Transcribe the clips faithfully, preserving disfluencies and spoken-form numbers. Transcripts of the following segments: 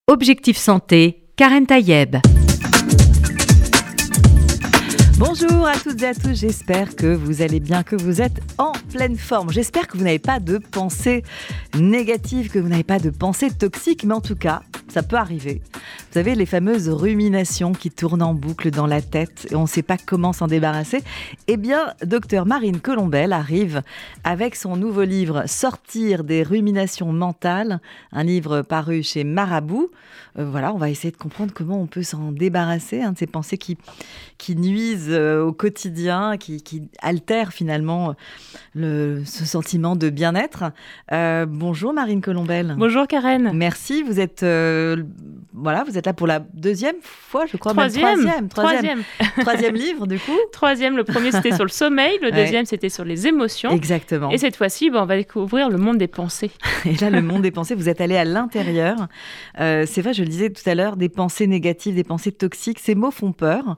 Objectif Santé, Karen Tayeb. Bonjour à toutes et à tous, j'espère que vous allez bien, que vous êtes en pleine forme. J'espère que vous n'avez pas de pensées négatives, que vous n'avez pas de pensées toxiques, mais en tout cas, ça peut arriver. Vous savez, les fameuses ruminations qui tournent en boucle dans la tête et on ne sait pas comment s'en débarrasser. Eh bien, docteur Marine Colombel arrive avec son nouveau livre « Sortir des ruminations mentales », un livre paru chez Marabout. Euh, voilà, on va essayer de comprendre comment on peut s'en débarrasser, hein, de ces pensées qui, qui nuisent euh, au quotidien, qui, qui altèrent finalement le, ce sentiment de bien-être. Euh, bonjour Marine Colombel. Bonjour Karen. Merci, vous êtes... Euh, Voilà, vous êtes là pour la deuxième fois, je crois, troisième, même troisième, troisième. troisième, troisième livre du coup. Troisième, le premier c'était sur le sommeil, le ouais. deuxième c'était sur les émotions. Exactement. Et cette fois-ci, ben, on va découvrir le monde des pensées. Et là, le monde des pensées, vous êtes allé à l'intérieur. Euh, c'est vrai, je le disais tout à l'heure, des pensées négatives, des pensées toxiques, ces mots font peur.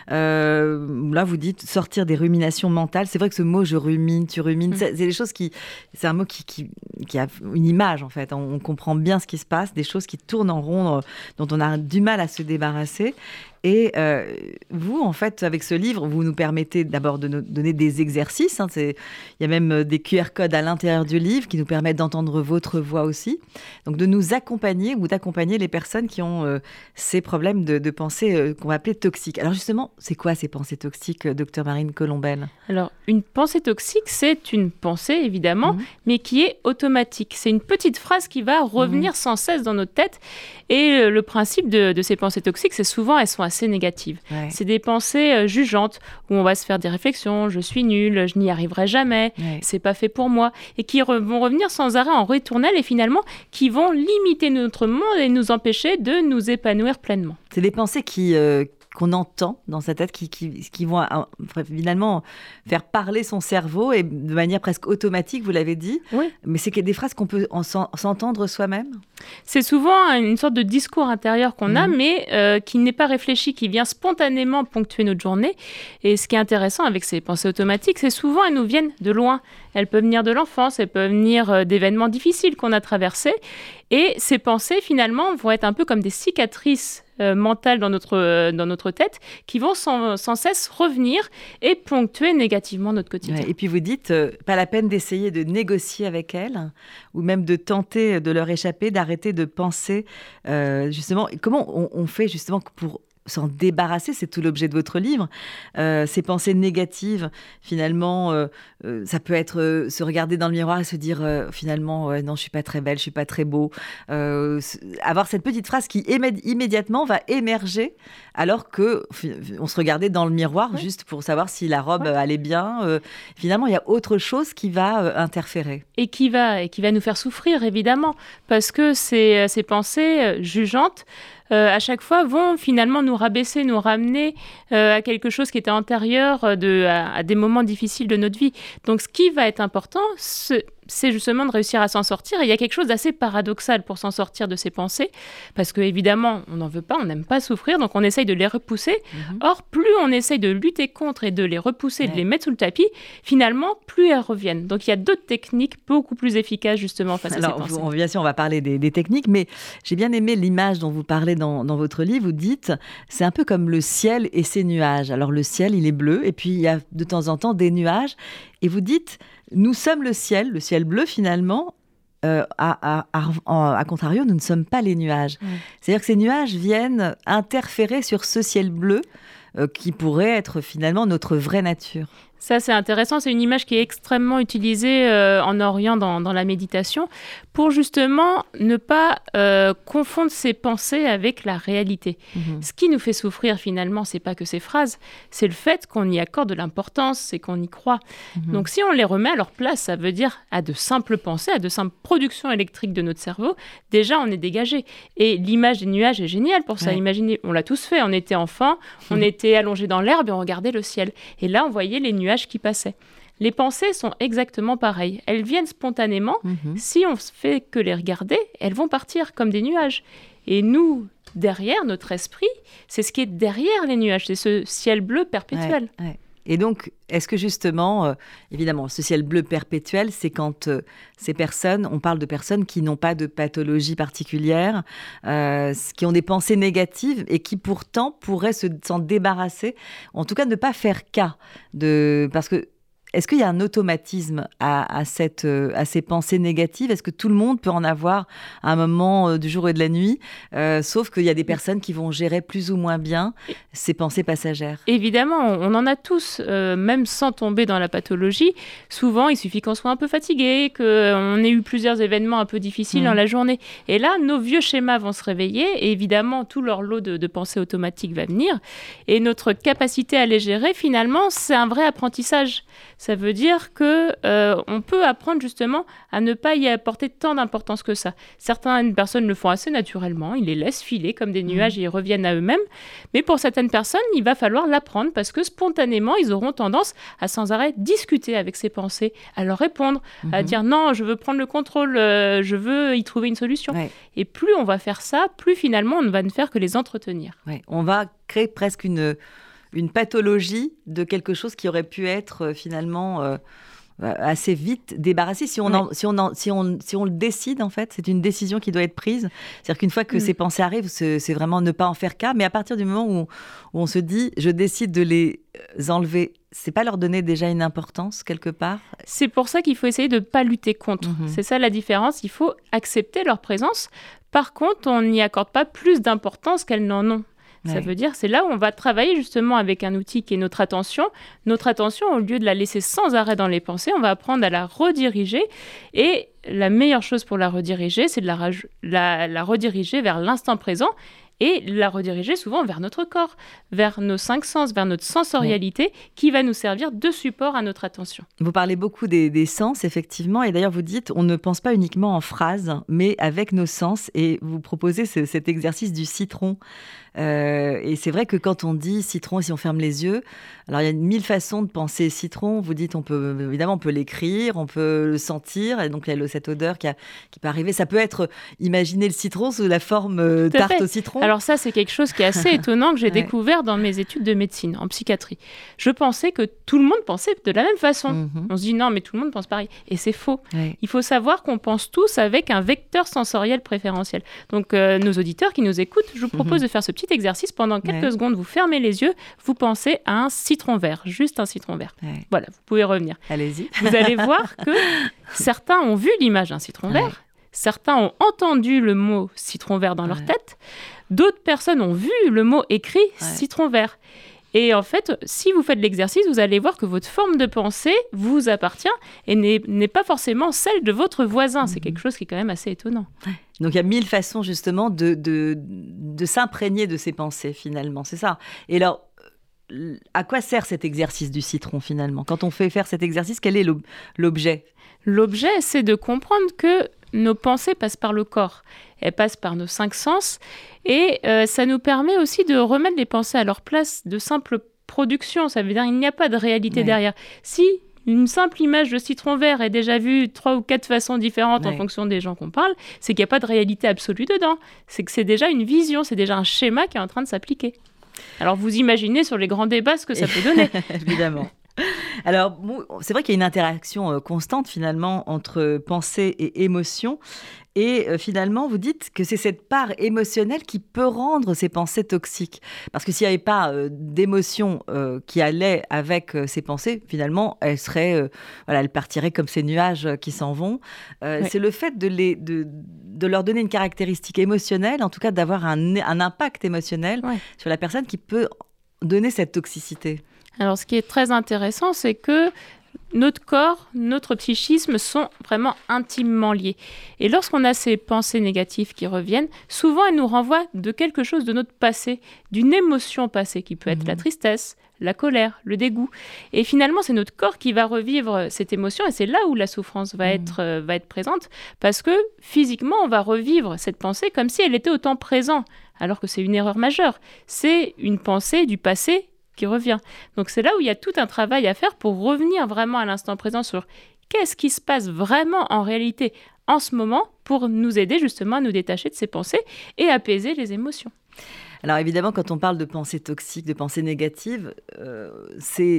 Euh, là, vous dites sortir des ruminations mentales. C'est vrai que ce mot, je rumine, tu rumines, mmh. c'est, c'est des choses qui, c'est un mot qui, qui, qui a une image en fait. On, on comprend bien ce qui se passe, des choses qui tournent en rond, dont on a du mal à se débarrasser. Et euh, vous, en fait, avec ce livre, vous nous permettez d'abord de nous donner des exercices. Hein, c'est, il y a même des Q R codes à l'intérieur du livre qui nous permettent d'entendre votre voix aussi. Donc, de nous accompagner ou d'accompagner les personnes qui ont euh, ces problèmes de, de pensée euh, qu'on va appeler toxiques. Alors, justement, c'est quoi ces pensées toxiques, docteur Marine Colombel ? Alors, une pensée toxique, c'est une pensée, évidemment, mmh. mais qui est automatique. C'est une petite phrase qui va revenir mmh. sans cesse dans notre tête. Et euh, le principe de, de ces pensées toxiques, c'est souvent, elles sont assez négatives. Ouais. C'est des pensées euh, jugeantes où on va se faire des réflexions, je suis nulle, je n'y arriverai jamais, ouais. c'est pas fait pour moi, et qui re- vont revenir sans arrêt en ritournelle et finalement qui vont limiter notre monde et nous empêcher de nous épanouir pleinement. C'est des pensées qui... Euh... qu'on entend dans sa tête, qui, qui, qui vont euh, finalement faire parler son cerveau et de manière presque automatique, vous l'avez dit. Oui. Mais c'est des phrases qu'on peut en, s'entendre soi-même ? C'est souvent une sorte de discours intérieur qu'on mmh. a, mais euh, qui n'est pas réfléchi, qui vient spontanément ponctuer notre journée. Et ce qui est intéressant avec ces pensées automatiques, c'est souvent elles nous viennent de loin. Elles peuvent venir de l'enfance, elles peuvent venir euh, d'événements difficiles qu'on a traversés. Et ces pensées, finalement, vont être un peu comme des cicatrices euh, mentales dans notre, euh, dans notre tête qui vont sans, sans cesse revenir et ponctuer négativement notre quotidien. Ouais, et puis vous dites, euh, pas la peine d'essayer de négocier avec elles ou même de tenter de leur échapper, d'arrêter de penser euh, justement. Comment on, on fait justement pour s'en débarrasser, c'est tout l'objet de votre livre. Euh, ces pensées négatives, finalement, euh, euh, ça peut être euh, se regarder dans le miroir et se dire euh, finalement, euh, non, je suis pas très belle, je suis pas très beau. Euh, avoir cette petite phrase qui émed- immédiatement va émerger, alors que on se regardait dans le miroir ouais. juste pour savoir si la robe ouais. allait bien. Euh, finalement, il y a autre chose qui va euh, interférer et qui va et qui va nous faire souffrir évidemment, parce que ces ces pensées jugeantes. Euh, à chaque fois, vont finalement nous rabaisser, nous ramener euh, à quelque chose qui était antérieur de, à, à des moments difficiles de notre vie. Donc, ce qui va être important, c'est, c'est justement de réussir à s'en sortir. Et il y a quelque chose d'assez paradoxal pour s'en sortir de ces pensées, parce qu'évidemment, on n'en veut pas, on n'aime pas souffrir, donc on essaye de les repousser. Mm-hmm. Or, plus on essaye de lutter contre et de les repousser, ouais. de les mettre sous le tapis, finalement, plus elles reviennent. Donc, il y a d'autres techniques beaucoup plus efficaces, justement, face Alors, à ces pensées. On, bien sûr, on va parler des, des techniques, mais j'ai bien aimé l'image dont vous parlez Dans, dans votre livre. Vous dites, c'est un peu comme le ciel et ses nuages. Alors le ciel, il est bleu, et puis il y a de temps en temps des nuages. Et vous dites, nous sommes le ciel, le ciel bleu finalement. Euh, à, à, à, à contrario, nous ne sommes pas les nuages. Mmh. C'est-à-dire que ces nuages viennent interférer sur ce ciel bleu euh, qui pourrait être finalement notre vraie nature. Ça, c'est intéressant. C'est une image qui est extrêmement utilisée euh, en Orient dans, dans la méditation pour justement ne pas euh, confondre ses pensées avec la réalité. Mmh. Ce qui nous fait souffrir finalement, c'est pas que ces phrases, c'est le fait qu'on y accorde de l'importance, c'est qu'on y croit. Mmh. Donc si on les remet à leur place, ça veut dire à de simples pensées, à de simples productions électriques de notre cerveau, déjà on est dégagé. Et l'image des nuages est géniale pour ça. Ouais. Imaginez, on l'a tous fait, on était enfant, mmh. on était allongé dans l'herbe et on regardait le ciel. Et là, on voyait les nuages qui passaient. Les pensées sont exactement pareilles. Elles viennent spontanément. Mmh. Si on ne fait que les regarder, elles vont partir comme des nuages. Et nous, derrière, notre esprit, c'est ce qui est derrière les nuages. C'est ce ciel bleu perpétuel. Ouais, ouais. Et donc, est-ce que justement, euh, évidemment, ce ciel bleu perpétuel, c'est quand euh, ces personnes, on parle de personnes qui n'ont pas de pathologie particulière, euh, qui ont des pensées négatives et qui pourtant pourraient se, s'en débarrasser, en tout cas ne pas faire cas de... Parce que est-ce qu'il y a un automatisme à, à, cette, à ces pensées négatives ? Est-ce que tout le monde peut en avoir à un moment du jour et de la nuit ? euh, Sauf qu'il y a des personnes qui vont gérer plus ou moins bien ces pensées passagères. Évidemment, on en a tous, euh, même sans tomber dans la pathologie. Souvent, il suffit qu'on soit un peu fatigué, qu'on ait eu plusieurs événements un peu difficiles mmh. dans la journée. Et là, nos vieux schémas vont se réveiller. Et évidemment, tout leur lot de, de pensées automatiques va venir. Et notre capacité à les gérer, finalement, c'est un vrai apprentissage. Ça veut dire qu'on euh, peut apprendre justement à ne pas y apporter tant d'importance que ça. Certaines personnes le font assez naturellement, ils les laissent filer comme des nuages mmh. et ils reviennent à eux-mêmes. Mais pour certaines personnes, il va falloir l'apprendre parce que spontanément, ils auront tendance à sans arrêt discuter avec ces pensées, à leur répondre, mmh. à dire non, je veux prendre le contrôle, euh, je veux y trouver une solution. Ouais. Et plus on va faire ça, plus finalement on ne va ne faire que les entretenir. Ouais. On va créer presque une... une pathologie de quelque chose qui aurait pu être euh, finalement euh, assez vite débarrassé. Si on, en, oui. si, on en, si, on, si on le décide, en fait, c'est une décision qui doit être prise. C'est-à-dire qu'une fois que mmh. ces pensées arrivent, c'est, c'est vraiment ne pas en faire cas. Mais à partir du moment où, où on se dit, je décide de les enlever, c'est pas leur donner déjà une importance quelque part ? C'est pour ça qu'il faut essayer de ne pas lutter contre. Mmh. C'est ça la différence. Il faut accepter leur présence. Par contre, on n'y accorde pas plus d'importance qu'elles n'en ont. Ça ouais. veut dire, c'est là où on va travailler justement avec un outil qui est notre attention. Notre attention, au lieu de la laisser sans arrêt dans les pensées, on va apprendre à la rediriger. Et la meilleure chose pour la rediriger, c'est de la, raj- la, la rediriger vers l'instant présent et la rediriger souvent vers notre corps, vers nos cinq sens, vers notre sensorialité ouais. qui va nous servir de support à notre attention. Vous parlez beaucoup des, des sens, effectivement, et d'ailleurs vous dites on ne pense pas uniquement en phrases, mais avec nos sens, et vous proposez ce, cet exercice du citron. Euh, et c'est vrai que quand on dit citron, si on ferme les yeux, alors il y a mille façons de penser citron. Vous dites, on peut évidemment on peut l'écrire, on peut le sentir, et donc il y a cette odeur qui, a, qui peut arriver. Ça peut être imaginer le citron sous la forme euh, tarte fait. Au citron. Alors ça, c'est quelque chose qui est assez étonnant que j'ai ouais. découvert dans mes études de médecine, en psychiatrie. Je pensais que tout le monde pensait de la même façon. Mm-hmm. On se dit non, mais tout le monde pense pareil, et c'est faux. Ouais. Il faut savoir qu'on pense tous avec un vecteur sensoriel préférentiel. Donc euh, nos auditeurs qui nous écoutent, je vous propose mm-hmm. de faire ce petit exercice. Pendant quelques ouais. secondes, vous fermez les yeux, vous pensez à un citron vert, juste un citron vert. Ouais. Voilà, vous pouvez revenir. Allez-y. Vous allez voir que certains ont vu l'image d'un citron ouais. vert, certains ont entendu le mot citron vert dans ouais. leur tête, d'autres personnes ont vu le mot écrit ouais. citron vert. Et en fait, si vous faites l'exercice, vous allez voir que votre forme de pensée vous appartient et n'est, n'est pas forcément celle de votre voisin. Mmh. C'est quelque chose qui est quand même assez étonnant. Donc, il y a mille façons justement de, de, de s'imprégner de ces pensées, finalement. C'est ça. Et alors, à quoi sert cet exercice du citron, finalement ? Quand on fait faire cet exercice, quel est l'objet ? L'objet, c'est de comprendre que nos pensées passent par le corps. Elles passent par nos cinq sens. Et euh, ça nous permet aussi de remettre les pensées à leur place de simple production. Ça veut dire qu'il n'y a pas de réalité ouais. derrière. Si une simple image de citron vert est déjà vue trois ou quatre façons différentes ouais. en fonction des gens qu'on parle, c'est qu'il n'y a pas de réalité absolue dedans. C'est que c'est déjà une vision, c'est déjà un schéma qui est en train de s'appliquer. Alors vous imaginez sur les grands débats ce que ça peut donner. Évidemment. Alors, bon, c'est vrai qu'il y a une interaction euh, constante finalement entre pensée et émotion. Et euh, finalement, vous dites que c'est cette part émotionnelle qui peut rendre ces pensées toxiques. Parce que s'il n'y avait pas euh, d'émotion euh, qui allait avec euh, ces pensées, finalement, elles seraient, euh, voilà, elles partiraient comme ces nuages qui s'en vont. Euh, ouais. C'est le fait de, les, de, de leur donner une caractéristique émotionnelle, en tout cas d'avoir un, un impact émotionnel ouais. sur la personne qui peut donner cette toxicité. Alors, ce qui est très intéressant, c'est que notre corps, notre psychisme sont vraiment intimement liés. Et lorsqu'on a ces pensées négatives qui reviennent, souvent elles nous renvoient de quelque chose de notre passé, d'une émotion passée qui peut être mmh. la tristesse, la colère, le dégoût. Et finalement, c'est notre corps qui va revivre cette émotion et c'est là où la souffrance va, mmh. être, euh, va être présente parce que physiquement, on va revivre cette pensée comme si elle était au temps présent, alors que c'est une erreur majeure. C'est une pensée du passé qui revient. Donc c'est là où il y a tout un travail à faire pour revenir vraiment à l'instant présent sur qu'est-ce qui se passe vraiment en réalité en ce moment pour nous aider justement à nous détacher de ces pensées et apaiser les émotions. Alors évidemment, quand on parle de pensées toxiques, de pensées négatives, euh, c'est...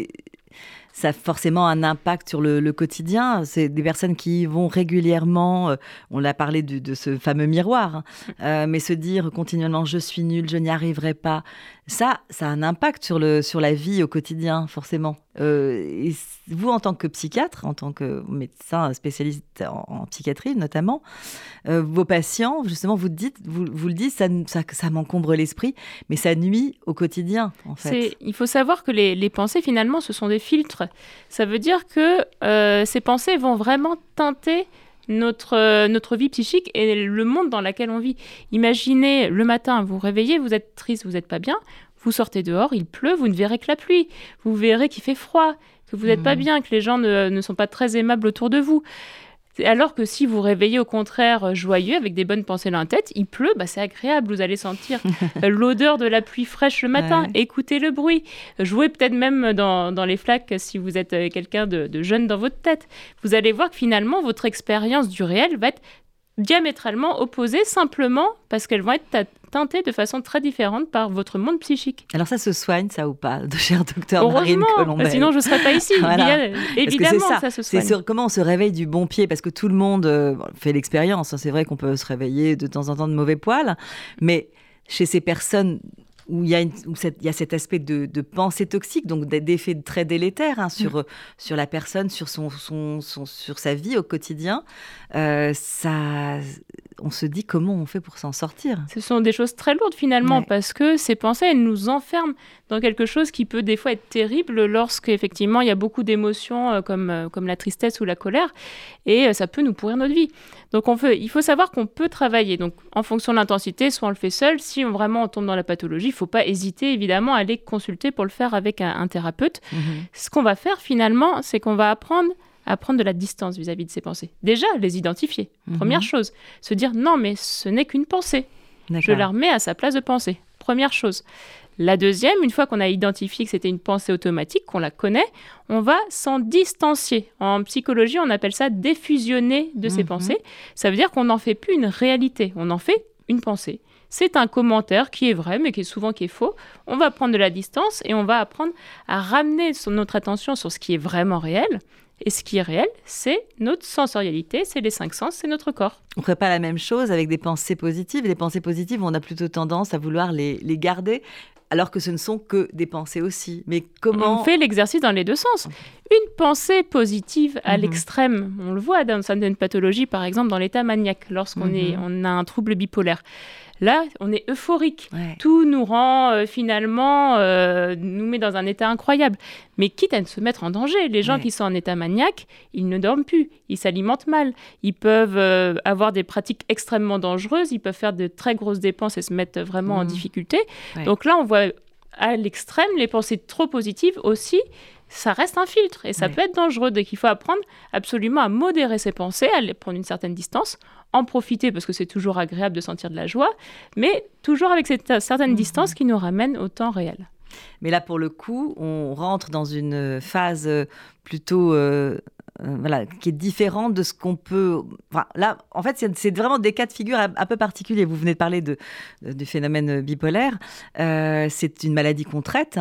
ça a forcément un impact sur le, le quotidien. C'est des personnes qui vont régulièrement, euh, on l'a parlé de, de ce fameux miroir, hein, euh, mais se dire continuellement « je suis nulle, je n'y arriverai pas », ça, ça a un impact sur, le, sur la vie au quotidien, forcément. Euh, et vous, en tant que psychiatre, en tant que médecin spécialiste en, en psychiatrie notamment, euh, vos patients, justement, vous, dites, vous, vous le dites, ça, ça, ça m'encombre l'esprit, mais ça nuit au quotidien, en fait. C'est, il faut savoir que les, les pensées, finalement, ce sont des filtres. Ça veut dire que euh, ces pensées vont vraiment teinter notre, euh, notre vie psychique et le monde dans lequel on vit. Imaginez, le matin, vous vous réveillez, vous êtes triste, vous n'êtes pas bien, vous sortez dehors, il pleut, vous ne verrez que la pluie, vous verrez qu'il fait froid, que vous n'êtes mmh. pas bien, que les gens ne, ne sont pas très aimables autour de vous. Alors que si vous réveillez au contraire joyeux, avec des bonnes pensées dans la tête, il pleut, bah c'est agréable, vous allez sentir l'odeur de la pluie fraîche le matin, ouais. Écoutez le bruit, jouez peut-être même dans, dans les flaques si vous êtes quelqu'un de, de jeune dans votre tête. Vous allez voir que finalement, votre expérience du réel va être diamétralement opposées simplement parce qu'elles vont être teintées de façon très différente par votre monde psychique. Alors ça se soigne, ça ou pas, de cher docteur Marine Colombel? Sinon je ne serais pas ici. Voilà. Il y a, évidemment, ça, ça se soigne. C'est sur comment on se réveille du bon pied, parce que tout le monde euh, fait l'expérience. Hein. C'est vrai qu'on peut se réveiller de temps en temps de mauvais poil, mais chez ces personnes où il y a, une, où cette, il y a cet aspect de, de pensée toxique, donc d'effets très délétères hein, sur, mmh. sur la personne, sur, son, son, son, sur sa vie au quotidien, euh, ça, on se dit comment on fait pour s'en sortir. Ce sont des choses très lourdes finalement, ouais. Parce que ces pensées, elles nous enferment dans quelque chose qui peut des fois être terrible lorsqu'effectivement il y a beaucoup d'émotions euh, comme, euh, comme la tristesse ou la colère, et euh, ça peut nous pourrir notre vie. Donc on veut, il faut savoir qu'on peut travailler donc, en fonction de l'intensité, soit on le fait seul, si on, vraiment on tombe dans la pathologie, il ne faut pas hésiter évidemment à aller consulter pour le faire avec un, un thérapeute. Mmh. Ce qu'on va faire finalement, c'est qu'on va apprendre à prendre de la distance vis-à-vis de ces pensées. Déjà, les identifier. Mmh. Première chose, se dire non mais ce n'est qu'une pensée. D'accord. Je la remets à sa place de pensée. Première chose. La deuxième, une fois qu'on a identifié que c'était une pensée automatique, qu'on la connaît, on va s'en distancier. En psychologie, on appelle ça défusionner de ces mmh. pensées. Ça veut dire qu'on n'en fait plus une réalité, on en fait une pensée. C'est un commentaire qui est vrai, mais qui est souvent qui est faux. On va prendre de la distance et on va apprendre à ramener son, notre attention sur ce qui est vraiment réel. Et ce qui est réel, c'est notre sensorialité, c'est les cinq sens, c'est notre corps. On ne ferait pas la même chose avec des pensées positives. Les pensées positives, on a plutôt tendance à vouloir les, les garder, alors que ce ne sont que des pensées aussi. Mais comment... On fait l'exercice dans les deux sens. Une pensée positive à mmh. l'extrême, on le voit dans certaines pathologies, par exemple dans l'état maniaque, lorsqu'on mmh. est, on a un trouble bipolaire. Là, on est euphorique. Ouais. Tout nous rend euh, finalement, euh, nous met dans un état incroyable. Mais quitte à se mettre en danger, les gens ouais. qui sont en état maniaque, ils ne dorment plus, ils s'alimentent mal, ils peuvent euh, avoir des pratiques extrêmement dangereuses, ils peuvent faire de très grosses dépenses et se mettre vraiment mmh. en difficulté. Ouais. Donc là, on voit à l'extrême les pensées trop positives aussi. Ça reste un filtre et ça ouais. peut être dangereux. Donc il faut apprendre absolument à modérer ses pensées, à les prendre une certaine distance, en profiter parce que c'est toujours agréable de sentir de la joie, mais toujours avec cette certaine mmh. distance qui nous ramène au temps réel. Mais là, pour le coup, on rentre dans une phase plutôt euh, euh, voilà, qui est différente de ce qu'on peut... Enfin, là, en fait, c'est, c'est vraiment des cas de figure un, un peu particuliers. Vous venez de parler de, de, du phénomène bipolaire. Euh, c'est une maladie qu'on traite.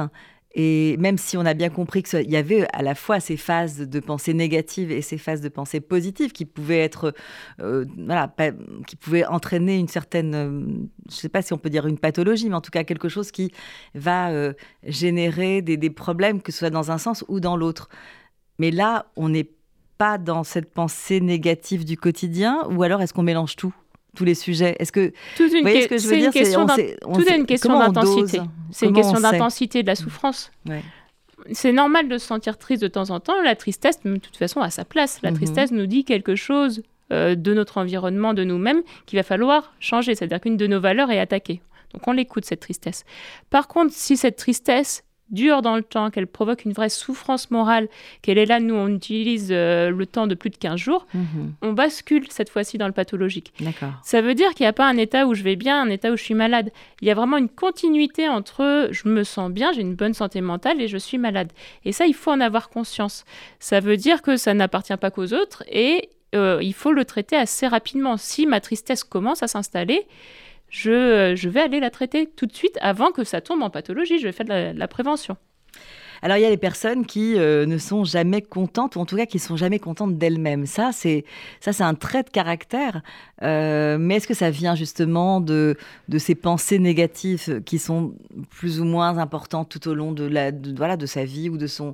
Et même si on a bien compris qu'il y avait à la fois ces phases de pensée négatives et ces phases de pensée positives qui pouvaient être, euh, voilà, pa- qui pouvaient entraîner une certaine, euh, je ne sais pas si on peut dire une pathologie, mais en tout cas quelque chose qui va euh, générer des, des problèmes, que ce soit dans un sens ou dans l'autre. Mais là, on n'est pas dans cette pensée négative du quotidien, ou alors est-ce qu'on mélange tout ? Tous les sujets. Est-ce que toute une, que, ce que je veux dire, c'est, on sait, on tout sait, est une question d'intensité. C'est une question d'intensité de la souffrance. Ouais. C'est normal de se sentir triste de temps en temps. La tristesse, de toute façon, a sa place. La mm-hmm. tristesse nous dit quelque chose euh, de notre environnement, de nous-mêmes, qu'il va falloir changer. C'est-à-dire qu'une de nos valeurs est attaquée. Donc on l'écoute, cette tristesse. Par contre, si cette tristesse dure dans le temps, qu'elle provoque une vraie souffrance morale, qu'elle est là, nous, on utilise euh, le temps de plus de quinze jours, mmh. on bascule cette fois-ci dans le pathologique. D'accord. Ça veut dire qu'il n'y a pas un état où je vais bien, un état où je suis malade. Il y a vraiment une continuité entre je me sens bien, j'ai une bonne santé mentale et je suis malade. Et ça, il faut en avoir conscience. Ça veut dire que ça n'appartient pas qu'aux autres et euh, il faut le traiter assez rapidement. Si ma tristesse commence à s'installer, Je, je vais aller la traiter tout de suite avant que ça tombe en pathologie. Je vais faire de la, de la prévention. Alors, il y a les personnes qui euh, ne sont jamais contentes, ou en tout cas qui ne sont jamais contentes d'elles-mêmes. Ça, c'est, ça, c'est un trait de caractère. Euh, mais est-ce que ça vient justement de, de ces pensées négatives qui sont plus ou moins importantes tout au long de, la, de, voilà, de sa vie ou de son...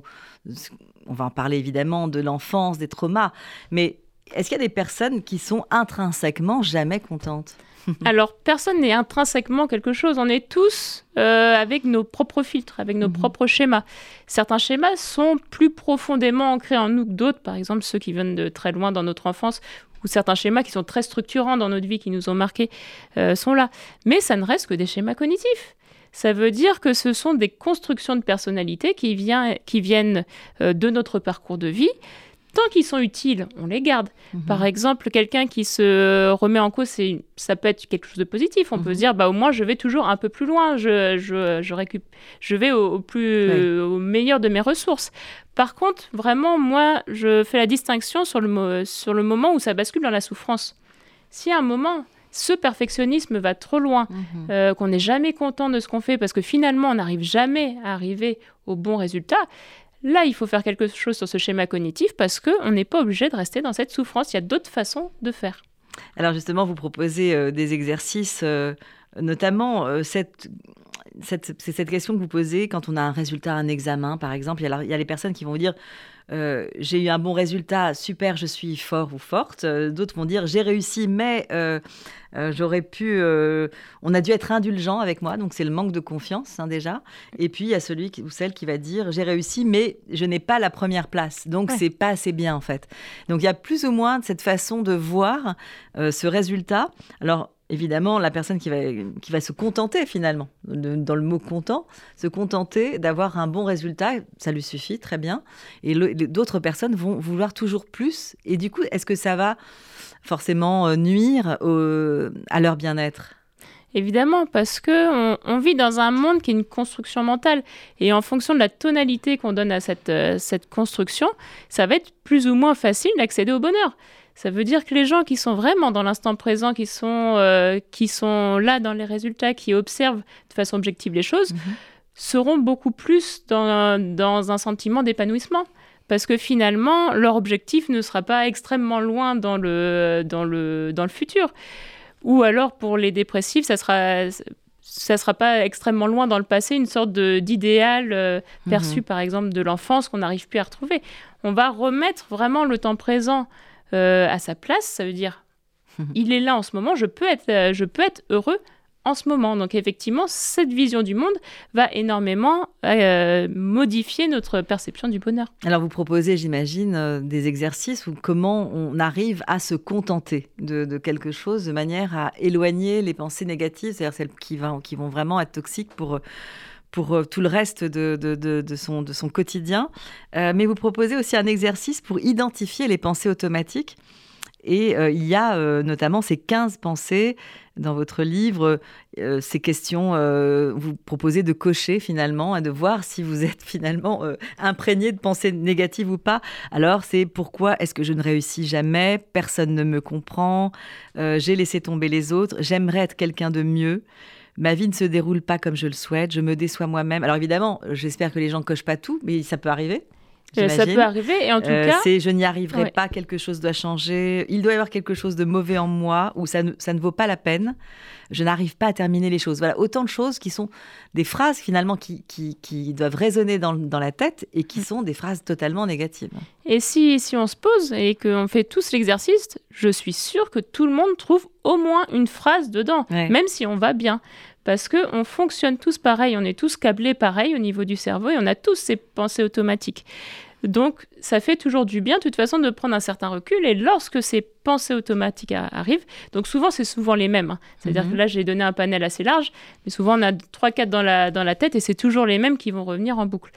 On va en parler évidemment de l'enfance, des traumas. Mais est-ce qu'il y a des personnes qui sont intrinsèquement jamais contentes ? Alors, personne n'est intrinsèquement quelque chose. On est tous euh, avec nos propres filtres, avec nos mmh. propres schémas. Certains schémas sont plus profondément ancrés en nous que d'autres. Par exemple, ceux qui viennent de très loin dans notre enfance, ou certains schémas qui sont très structurants dans notre vie, qui nous ont marqués, euh, sont là. Mais ça ne reste que des schémas cognitifs. Ça veut dire que ce sont des constructions de personnalité qui, vient, qui viennent euh, de notre parcours de vie. Tant qu'ils sont utiles, on les garde. Mmh. Par exemple, quelqu'un qui se remet en cause, c'est, ça peut être quelque chose de positif. On mmh. peut se dire, bah, au moins, je vais toujours un peu plus loin. Je, je, je, récup... je vais au, au, plus, oui. au meilleur de mes ressources. Par contre, vraiment, moi, je fais la distinction sur le, mo- sur le moment où ça bascule dans la souffrance. Si à un moment, ce perfectionnisme va trop loin, mmh. euh, qu'on n'est jamais content de ce qu'on fait, parce que finalement, on n'arrive jamais à arriver au bon résultat, là, il faut faire quelque chose sur ce schéma cognitif parce qu'on n'est pas obligé de rester dans cette souffrance. Il y a d'autres façons de faire. Alors justement, vous proposez euh, des exercices, euh, notamment euh, cette, cette, c'est cette question que vous posez quand on a un résultat à un examen, par exemple. Il y a, il y a les personnes qui vont vous dire euh, « j'ai eu un bon résultat, super, je suis fort ou forte euh, ». D'autres vont dire « j'ai réussi, mais euh, euh, j'aurais pu… Euh, on a dû être indulgent avec moi ». Donc c'est le manque de confiance hein, déjà. Et puis il y a celui qui, ou celle qui va dire « j'ai réussi, mais je n'ai pas la première place ». Donc ouais. c'est pas assez bien en fait. Donc il y a plus ou moins cette façon de voir euh, ce résultat. Alors évidemment, la personne qui va, qui va se contenter finalement, de, dans le mot content, se contenter d'avoir un bon résultat, ça lui suffit, très bien. Et le, d'autres personnes vont vouloir toujours plus. Et du coup, est-ce que ça va forcément nuire au, à leur bien-être ? Évidemment, parce qu'on on vit dans un monde qui est une construction mentale. Et en fonction de la tonalité qu'on donne à cette, euh, cette construction, ça va être plus ou moins facile d'accéder au bonheur. Ça veut dire que les gens qui sont vraiment dans l'instant présent, qui sont, euh, qui sont là dans les résultats, qui observent de façon objective les choses, mmh. seront beaucoup plus dans, dans un sentiment d'épanouissement. Parce que finalement, leur objectif ne sera pas extrêmement loin dans le, dans le, dans le futur. Ou alors, pour les dépressifs, ça sera... ça ne sera pas extrêmement loin dans le passé, une sorte de, d'idéal euh, perçu, mmh. par exemple, de l'enfance qu'on n'arrive plus à retrouver. On va remettre vraiment le temps présent Euh, à sa place, ça veut dire il est là en ce moment, je peux être, euh, je peux être heureux en ce moment. Donc effectivement, cette vision du monde va énormément euh, modifier notre perception du bonheur. Alors vous proposez, j'imagine, euh, des exercices où comment on arrive à se contenter de, de quelque chose de manière à éloigner les pensées négatives, c'est-à-dire celles qui, va, qui vont vraiment être toxiques pour... pour tout le reste de, de, de, de, son, de son quotidien. Euh, mais vous proposez aussi un exercice pour identifier les pensées automatiques. Et euh, il y a euh, notamment ces quinze pensées dans votre livre, euh, ces questions, euh, vous proposez de cocher finalement et de voir si vous êtes finalement euh, imprégné de pensées négatives ou pas. Alors c'est pourquoi est-ce que je ne réussis jamais ? Personne ne me comprend, euh, j'ai laissé tomber les autres, j'aimerais être quelqu'un de mieux. Ma vie ne se déroule pas comme je le souhaite, je me déçois moi-même. Alors évidemment, j'espère que les gens ne cochent pas tout, mais ça peut arriver. Ça peut arriver, et en tout euh, cas... C'est « je n'y arriverai ouais. pas, quelque chose doit changer, il doit y avoir quelque chose de mauvais en moi, ou ça ne, ça ne vaut pas la peine, je n'arrive pas à terminer les choses ». Voilà, autant de choses qui sont des phrases finalement qui, qui, qui doivent résonner dans, dans la tête et qui sont des phrases totalement négatives. Et si, si on se pose et qu'on fait tous l'exercice, je suis sûre que tout le monde trouve au moins une phrase dedans, ouais. même si on va bien. Parce qu'on fonctionne tous pareil, on est tous câblés pareil au niveau du cerveau et on a tous ces pensées automatiques. Donc, ça fait toujours du bien, de toute façon, de prendre un certain recul. Et lorsque ces pensées automatiques a- arrivent, donc souvent, c'est souvent les mêmes. Hein. C'est-à-dire mm-hmm. que là, j'ai donné un panel assez large, mais souvent, on a trois quatre dans la, dans la tête et c'est toujours les mêmes qui vont revenir en boucle.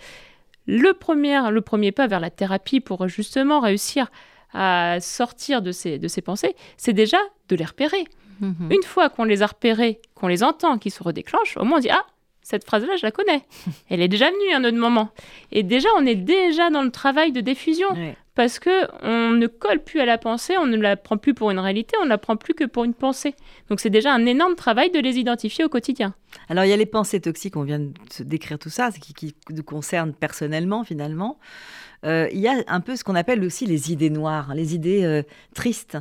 Le premier, le premier pas vers la thérapie pour justement réussir à sortir de ces, de ces pensées, c'est déjà de les repérer. Mmh. Une fois qu'on les a repérés, qu'on les entend, qu'ils se redéclenchent, au moins on dit « Ah, cette phrase-là, je la connais. Elle est déjà venue à un autre moment. Et déjà, on est déjà dans le travail de diffusion. Oui. Parce qu'on ne colle plus à la pensée, on ne la prend plus pour une réalité, on ne la prend plus que pour une pensée. Donc c'est déjà un énorme travail de les identifier au quotidien. Alors il y a les pensées toxiques, on vient de se décrire tout ça, qui, qui nous concerne personnellement finalement. Euh, il y a un peu ce qu'on appelle aussi les idées noires, les idées euh, tristes.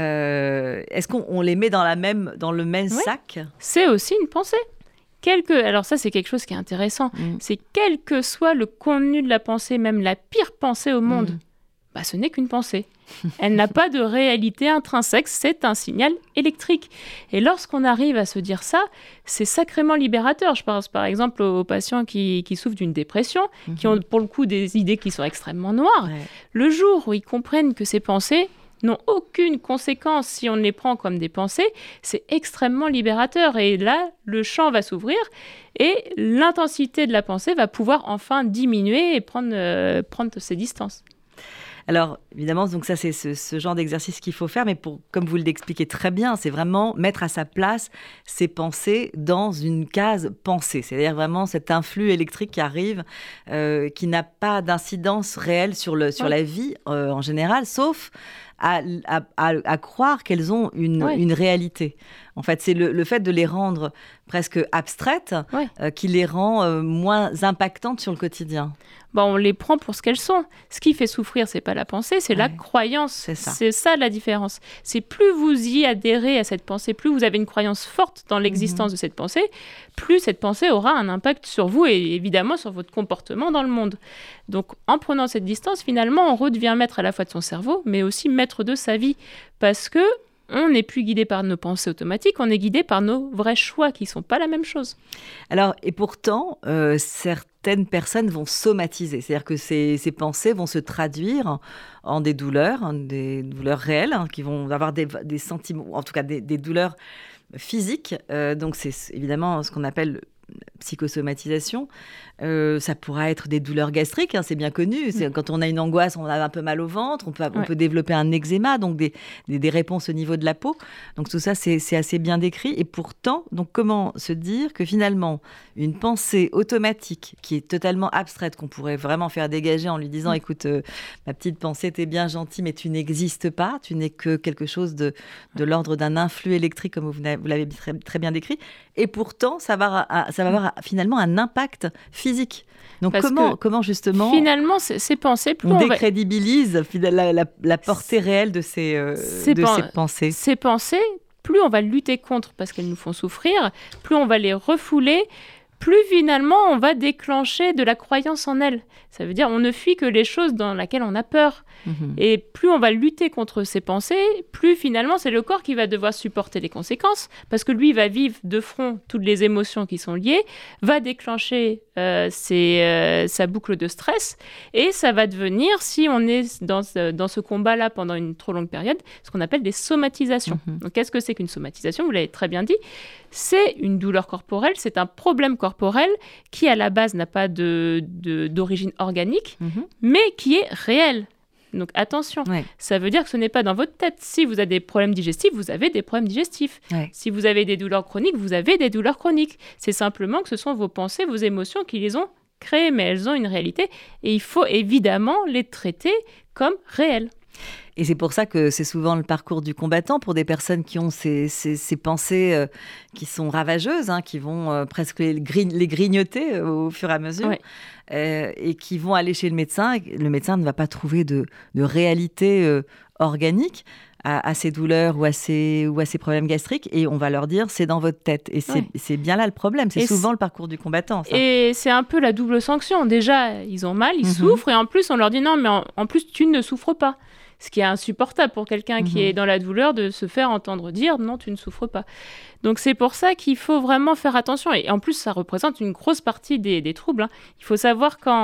Euh, est-ce qu'on on les met dans, la même, dans le même oui. sac ? C'est aussi une pensée. Quelque... Alors ça, c'est quelque chose qui est intéressant. Mmh. C'est quel que soit le contenu de la pensée, même la pire pensée au monde, mmh. bah, ce n'est qu'une pensée. Elle n'a pas de réalité intrinsèque, c'est un signal électrique. Et lorsqu'on arrive à se dire ça, c'est sacrément libérateur. Je pense par exemple aux patients qui, qui souffrent d'une dépression, mmh. qui ont pour le coup des idées qui sont extrêmement noires. Ouais. Le jour où ils comprennent que ces pensées n'ont aucune conséquence si on les prend comme des pensées, c'est extrêmement libérateur. Et là, le champ va s'ouvrir et l'intensité de la pensée va pouvoir enfin diminuer et prendre, euh, prendre ses distances. Alors, évidemment, donc ça, c'est ce, ce genre d'exercice qu'il faut faire, mais pour, comme vous l'expliquez très bien, c'est vraiment mettre à sa place ses pensées dans une case pensée. C'est-à-dire vraiment cet influx électrique qui arrive, euh, qui n'a pas d'incidence réelle sur, le, sur oui. la vie euh, en général, sauf à, à, à, à croire qu'elles ont une, oui. une réalité. En fait, c'est le, le fait de les rendre presque abstraites oui. euh, qui les rend euh, moins impactantes sur le quotidien. Bon, on les prend pour ce qu'elles sont. Ce qui fait souffrir, c'est pas la pensée, c'est ouais. la croyance. C'est ça. C'est ça la différence. C'est plus vous y adhérez à cette pensée, plus vous avez une croyance forte dans l'existence mmh. de cette pensée, plus cette pensée aura un impact sur vous et évidemment sur votre comportement dans le monde. Donc, en prenant cette distance, finalement, on redevient maître à la fois de son cerveau, mais aussi maître de sa vie, parce que on n'est plus guidé par nos pensées automatiques, on est guidé par nos vrais choix qui ne sont pas la même chose. Alors, et pourtant, euh, certaines personnes vont somatiser, c'est-à-dire que ces, ces pensées vont se traduire en des douleurs, hein, des douleurs réelles, hein, qui vont avoir des, des sentiments, en tout cas des, des douleurs physiques. Euh, donc, c'est évidemment ce qu'on appelle psychosomatisation. Euh, ça pourra être des douleurs gastriques, hein, c'est bien connu. C'est, mmh. Quand on a une angoisse, on a un peu mal au ventre, on peut, on ouais. peut développer un eczéma, donc des, des, des réponses au niveau de la peau. Donc tout ça, c'est, c'est assez bien décrit. Et pourtant, donc comment se dire que finalement, une pensée automatique qui est totalement abstraite, qu'on pourrait vraiment faire dégager en lui disant mmh. « Écoute, euh, ma petite pensée, t'es bien gentille, mais tu n'existes pas. Tu n'es que quelque chose de, de l'ordre d'un influx électrique, comme vous, vous l'avez très, très bien décrit. Et pourtant, ça va, ça va avoir finalement un impact physique. Donc comment, comment justement finalement ces pensées plus on, on décrédibilise va... la, la, la portée réelle de ces, euh, ces, de pen... ces pensées. Ces pensées, plus on va lutter contre parce qu'elles nous font souffrir, plus on va les refouler, plus finalement on va déclencher de la croyance en elles. Ça veut dire on ne fuit que les choses dans lesquelles on a peur. Mmh. Et plus on va lutter contre ces pensées, plus finalement c'est le corps qui va devoir supporter les conséquences, parce que lui va vivre de front toutes les émotions qui sont liées, va déclencher euh, ses, euh, sa boucle de stress, et ça va devenir, si on est dans ce, dans ce combat-là pendant une trop longue période, ce qu'on appelle des somatisations. Mmh. Donc qu'est-ce que c'est qu'une somatisation ? Vous l'avez très bien dit, c'est une douleur corporelle, c'est un problème corporel qui à la base n'a pas de, de, d'origine organique, mmh. mais qui est réel. Donc attention, ouais. ça veut dire que ce n'est pas dans votre tête. Si vous avez des problèmes digestifs, vous avez des problèmes digestifs. Ouais. Si vous avez des douleurs chroniques, vous avez des douleurs chroniques. C'est simplement que ce sont vos pensées, vos émotions qui les ont créées, mais elles ont une réalité et il faut évidemment les traiter comme réelles. Et c'est pour ça que c'est souvent le parcours du combattant pour des personnes qui ont ces, ces, ces pensées euh, qui sont ravageuses, hein, qui vont euh, presque les, gri- les grignoter euh, au fur et à mesure, ouais. euh, et qui vont aller chez le médecin. Le médecin ne va pas trouver de, de réalité euh, organique à, à ces douleurs ou à ces, ou à ces problèmes gastriques, et on va leur dire c'est dans votre tête. Et c'est, ouais. c'est bien là le problème, c'est et souvent c'est... le parcours du combattant. Ça. Et c'est un peu la double sanction. Déjà, ils ont mal, ils mm-hmm. souffrent, et en plus on leur dit non, mais en, en plus tu ne souffres pas. Ce qui est insupportable pour quelqu'un mmh. qui est dans la douleur de se faire entendre dire « non, tu ne souffres pas ». Donc c'est pour ça qu'il faut vraiment faire attention. Et en plus, ça représente une grosse partie des, des troubles. Hein. Il faut savoir qu'en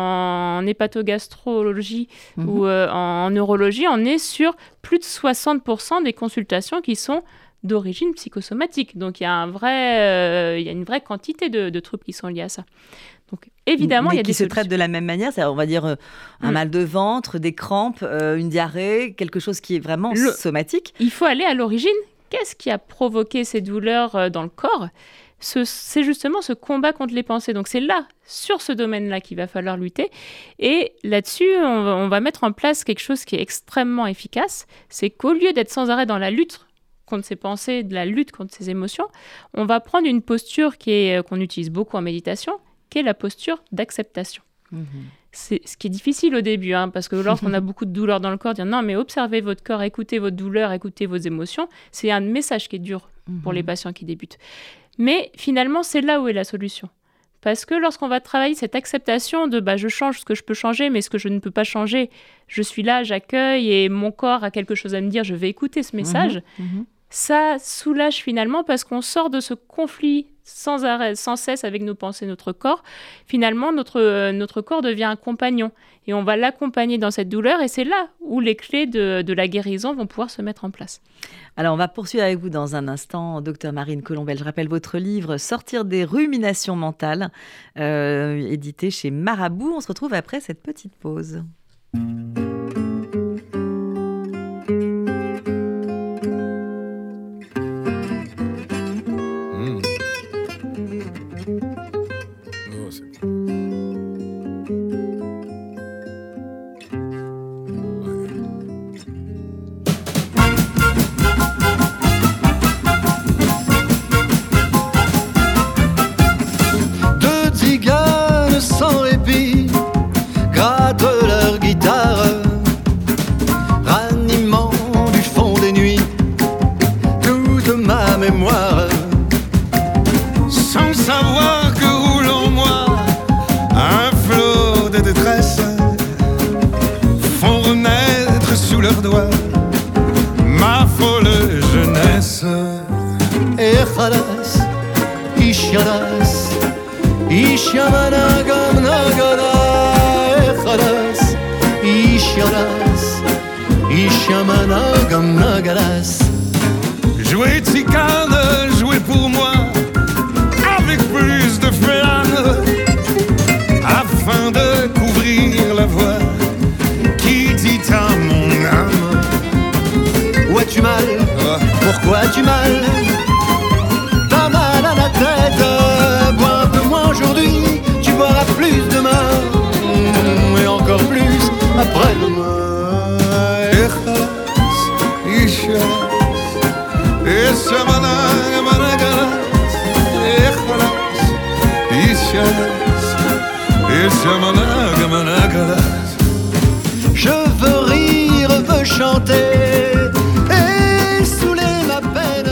en hépatogastrologie mmh. ou euh, en, en neurologie, on est sur plus de soixante pour cent des consultations qui sont d'origine psychosomatique. Donc il y a, un vrai, euh, il y a une vraie quantité de, de troubles qui sont liés à ça. Donc, évidemment, mais il y a qui des se traitent de la même manière, c'est, on va dire euh, un mmh. mal de ventre, des crampes, euh, une diarrhée, quelque chose qui est vraiment Le... somatique. Il faut aller à l'origine. Qu'est-ce qui a provoqué ces douleurs euh, dans le corps ? ce, c'est justement ce combat contre les pensées. Donc c'est là, sur ce domaine-là, qu'il va falloir lutter. Et là-dessus, on va, on va mettre en place quelque chose qui est extrêmement efficace. C'est qu'au lieu d'être sans arrêt dans la lutte contre ses pensées, de la lutte contre ses émotions, on va prendre une posture qui est, qu'on utilise beaucoup en méditation, qui est la posture d'acceptation. Mmh. C'est ce qui est difficile au début, hein, parce que lorsqu'on a beaucoup de douleur dans le corps, dire non, mais observez votre corps, écoutez votre douleur, écoutez vos émotions, c'est un message qui est dur mmh. pour les patients qui débutent. Mais finalement, c'est là où est la solution. Parce que lorsqu'on va travailler cette acceptation de bah, « je change ce que je peux changer, mais ce que je ne peux pas changer, je suis là, j'accueille et mon corps a quelque chose à me dire, je vais écouter ce message mmh. », ça soulage finalement parce qu'on sort de ce conflit sans arrêt, sans cesse avec nos pensées, notre corps. Finalement, notre, euh, notre corps devient un compagnon et on va l'accompagner dans cette douleur et c'est là où les clés de, de la guérison vont pouvoir se mettre en place. Alors, on va poursuivre avec vous dans un instant, docteur Marine Colombel. Je rappelle votre livre « Sortir des ruminations mentales euh, », édité chez Marabout. On se retrouve après cette petite pause. Jouer ticane, jouer pour moi, avec plus de flamme, afin de couvrir la voix qui dit à mon âme. Où as-tu mal? Pourquoi as-tu mal? T'as mal à la tête, bois un peu moins aujourd'hui, tu boiras plus demain, et encore plus après-demain. Je veux rire, veux chanter et saouler ma peine.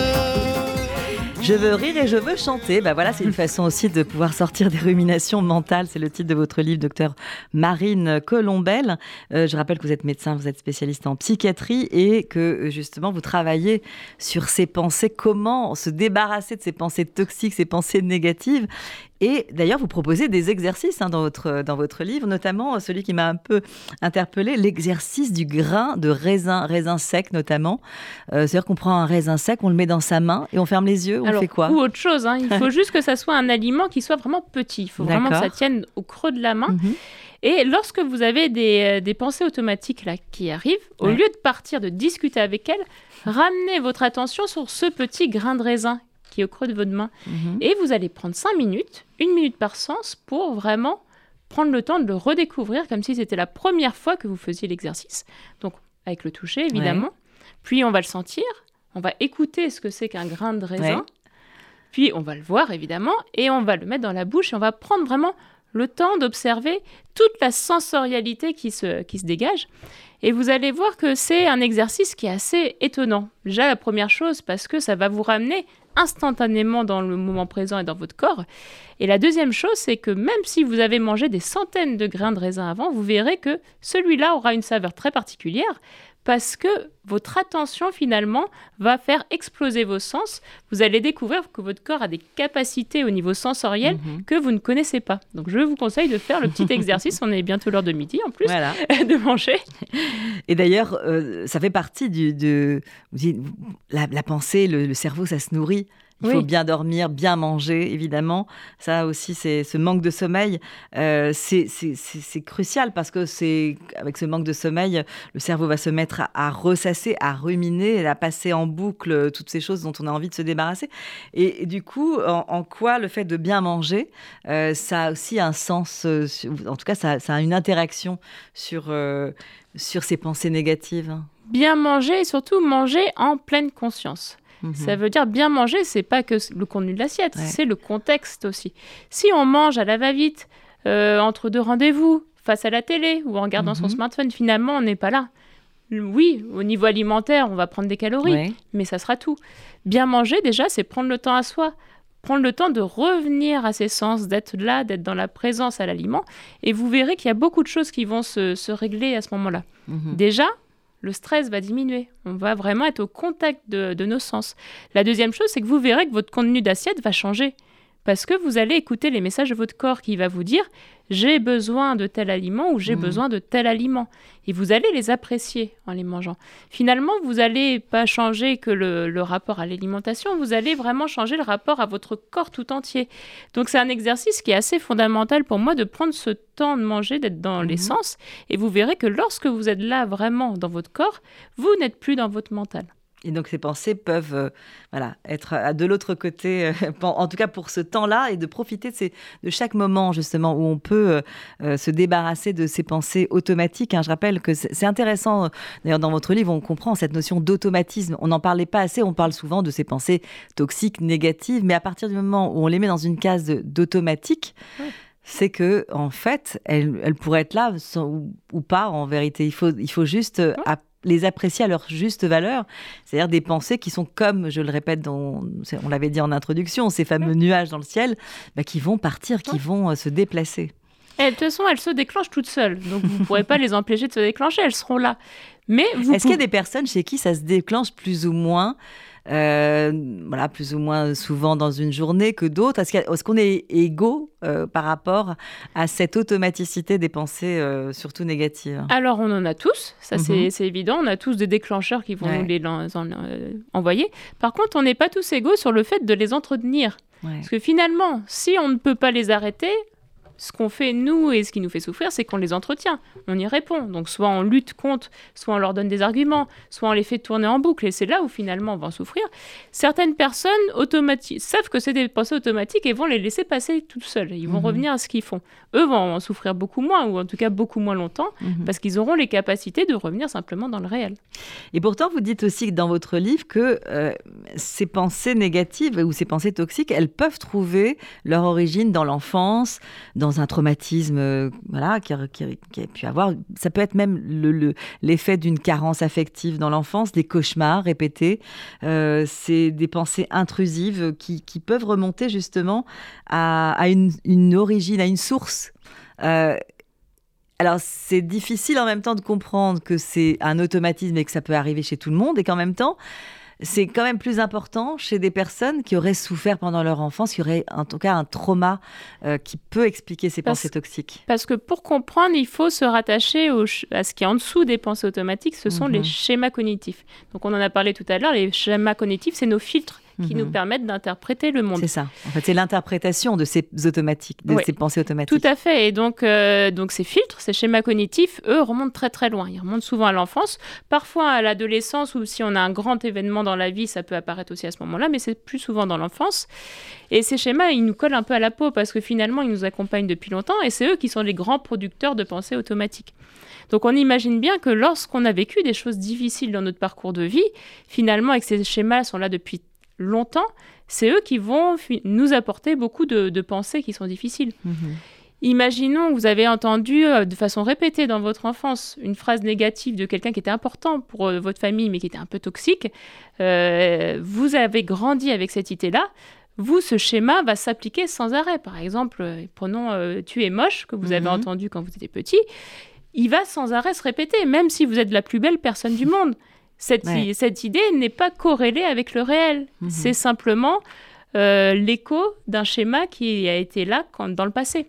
Je veux rire et je veux chanter. Bah voilà, c'est une façon aussi de pouvoir sortir des ruminations mentales. C'est le titre de votre livre, docteur Marine Colombel. Euh, je rappelle que vous êtes médecin, vous êtes spécialiste en psychiatrie et que justement vous travaillez sur ces pensées, comment se débarrasser de ces pensées toxiques, ces pensées négatives. Et d'ailleurs, vous proposez des exercices hein, dans, votre, dans votre livre, notamment celui qui m'a un peu interpellée, l'exercice du grain de raisin, raisin sec notamment. Euh, c'est-à-dire qu'on prend un raisin sec, on le met dans sa main et on ferme les yeux, on Alors, fait quoi? Ou autre chose, hein. Il faut juste que ça soit un aliment qui soit vraiment petit. Il faut D'accord. vraiment que ça tienne au creux de la main. Mm-hmm. Et lorsque vous avez des, des pensées automatiques là, qui arrivent, au ouais. lieu de partir, de discuter avec elles, ramenez votre attention sur ce petit grain de raisin qui est au creux de votre main. Mmh. Et vous allez prendre cinq minutes, une minute par sens, pour vraiment prendre le temps de le redécouvrir comme si c'était la première fois que vous faisiez l'exercice. Donc, avec le toucher, évidemment. Ouais. Puis, on va le sentir. On va écouter ce que c'est qu'un grain de raisin. Ouais. Puis, on va le voir, évidemment. Et on va le mettre dans la bouche. Et on va prendre vraiment le temps d'observer toute la sensorialité qui se, qui se dégage. Et vous allez voir que c'est un exercice qui est assez étonnant. Déjà, la première chose, parce que ça va vous ramener instantanément dans le moment présent et dans votre corps. Et la deuxième chose, c'est que même si vous avez mangé des centaines de grains de raisin avant, vous verrez que celui-là aura une saveur très particulière parce que votre attention, finalement, va faire exploser vos sens. Vous allez découvrir que votre corps a des capacités au niveau sensoriel mmh. que vous ne connaissez pas. Donc, je vous conseille de faire le petit exercice. On est bientôt l'heure de midi, en plus, voilà. de manger. Et d'ailleurs, euh, ça fait partie du, de... La, la pensée, le, le cerveau, ça se nourrit Il Oui. faut bien dormir, bien manger, évidemment. Ça aussi, c'est ce manque de sommeil, euh, c'est, c'est, c'est, c'est crucial parce que c'est avec ce manque de sommeil, le cerveau va se mettre à, à ressasser, à ruminer, à passer en boucle toutes ces choses dont on a envie de se débarrasser. Et, et du coup, en, en quoi le fait de bien manger, euh, ça a aussi un sens, euh, sur- en tout cas, ça, ça a une interaction sur, euh, sur ces pensées négatives. Bien manger et surtout manger en pleine conscience. Mhm. Ça veut dire bien manger, c'est pas que le contenu de l'assiette, Ouais. c'est le contexte aussi. Si on mange à la va-vite, euh, entre deux rendez-vous, face à la télé ou en regardant son Mhm. smartphone, finalement, on n'est pas là. Oui, au niveau alimentaire, on va prendre des calories, Ouais. mais ça sera tout. Bien manger, déjà, c'est prendre le temps à soi. Prendre le temps de revenir à ses sens, d'être là, d'être dans la présence à l'aliment. Et vous verrez qu'il y a beaucoup de choses qui vont se, se régler à ce moment-là. Mhm. Déjà, le stress va diminuer. On va vraiment être au contact de, de nos sens. La deuxième chose, c'est que vous verrez que votre contenu d'assiette va changer. Parce que vous allez écouter les messages de votre corps qui va vous dire « j'ai besoin de tel aliment » ou « j'ai Mhm. besoin de tel aliment ». Et vous allez les apprécier en les mangeant. Finalement, vous n'allez pas changer que le, le rapport à l'alimentation, vous allez vraiment changer le rapport à votre corps tout entier. Donc c'est un exercice qui est assez fondamental pour moi de prendre ce temps de manger, d'être dans Mhm. les sens. Et vous verrez que lorsque vous êtes là vraiment dans votre corps, vous n'êtes plus dans votre mental. Et donc, ces pensées peuvent euh, voilà, être à- de l'autre côté, euh, pen- en tout cas pour ce temps-là, et de profiter de, ces- de chaque moment, justement, où on peut euh, euh, se débarrasser de ces pensées automatiques. hein. Je rappelle que c'est c'est intéressant, euh, d'ailleurs, dans votre livre, on comprend cette notion d'automatisme. On n'en parlait pas assez, on parle souvent de ces pensées toxiques, négatives, mais à partir du moment où on les met dans une case de- d'automatique, Ouais. c'est que en fait, elles, elles pourraient être là sans- ou, ou pas, en vérité. Il faut, il faut juste euh, Ouais. app- les apprécier à leur juste valeur, c'est-à-dire des pensées qui sont comme, je le répète, dans, c'est- on l'avait dit en introduction, ces fameux nuages dans le ciel, bah, qui vont partir, qui Ouais. vont euh, se déplacer. Et de toute façon, elles se déclenchent toutes seules. Donc, vous ne pourrez pas les empêcher de se déclencher. Elles seront là. Mais vous Est-ce qu'il y a pouvez- des personnes chez qui ça se déclenche plus ou moins, euh, voilà, plus ou moins souvent dans une journée que d'autres? Est-ce, qu'il y a- est-ce qu'on est égaux euh, par rapport à cette automaticité des pensées, euh, surtout négatives? Alors, on en a tous, ça Mhm. c'est c'est évident. On a tous des déclencheurs qui vont Ouais. nous les lan- en- euh, envoyer. Par contre, on n'est pas tous égaux sur le fait de les entretenir. Ouais. Parce que finalement, si on ne peut pas les arrêter, ce qu'on fait, nous, et ce qui nous fait souffrir, c'est qu'on les entretient. On y répond. Donc, soit on lutte contre, soit on leur donne des arguments, soit on les fait tourner en boucle. Et c'est là où, finalement, on va en souffrir. Certaines personnes automati- savent que c'est des pensées automatiques et vont les laisser passer toutes seules. Ils vont Mhm. revenir à ce qu'ils font. Eux vont en souffrir beaucoup moins, ou en tout cas beaucoup moins longtemps, Mhm. parce qu'ils auront les capacités de revenir simplement dans le réel. Et pourtant, vous dites aussi que dans votre livre que euh, ces pensées négatives ou ces pensées toxiques, elles peuvent trouver leur origine dans l'enfance, dans un traumatisme euh, voilà, qui, a, qui a- qui a pu avoir. Ça peut être même le, le- l'effet d'une carence affective dans l'enfance, des cauchemars répétés. Euh, c'est des pensées intrusives qui, qui peuvent remonter justement à, à une, une origine, à une source. Euh, Alors, c'est difficile en même temps de comprendre que c'est un automatisme et que ça peut arriver chez tout le monde, et qu'en même temps, c'est quand même plus important chez des personnes qui auraient souffert pendant leur enfance, qui auraient en tout cas un trauma euh, qui peut expliquer ces Parce- pensées toxiques. Parce que pour comprendre, il faut se rattacher au ch- à ce qui est en dessous des pensées automatiques, ce sont Mhm. les schémas cognitifs. Donc on en a parlé tout à l'heure, les schémas cognitifs, c'est nos filtres qui Mhm. nous permettent d'interpréter le monde. C'est ça. En fait, c'est l'interprétation de ces automatiques, de Ouais. ces pensées automatiques. Tout à fait. Et donc, euh, donc ces filtres, ces schémas cognitifs, eux, remontent très très loin. Ils remontent souvent à l'enfance, parfois à l'adolescence, ou si on a un grand événement dans la vie, ça peut apparaître aussi à ce moment-là, mais c'est plus souvent dans l'enfance. Et ces schémas, ils nous collent un peu à la peau parce que finalement, ils nous accompagnent depuis longtemps et c'est eux qui sont les grands producteurs de pensées automatiques. Donc on imagine bien que lorsqu'on a vécu des choses difficiles dans notre parcours de vie, finalement, et que ces schémas sont là depuis longtemps, c'est eux qui vont fi- nous apporter beaucoup de, de pensées qui sont difficiles. Mhm. Imaginons que vous avez entendu euh, de façon répétée dans votre enfance une phrase négative de quelqu'un qui était important pour euh, votre famille, mais qui était un peu toxique. Euh, vous avez grandi avec cette idée-là. Vous, ce schéma va s'appliquer sans arrêt. Par exemple, euh, prenons euh, tu es moche, que vous avez Mhm. entendu quand vous étiez petit. Il va sans arrêt se répéter, même si vous êtes la plus belle personne du monde. Cette, Ouais. i- cette idée n'est pas corrélée avec le réel. Mhm. C'est simplement euh, l'écho d'un schéma qui a été là quand, dans le passé.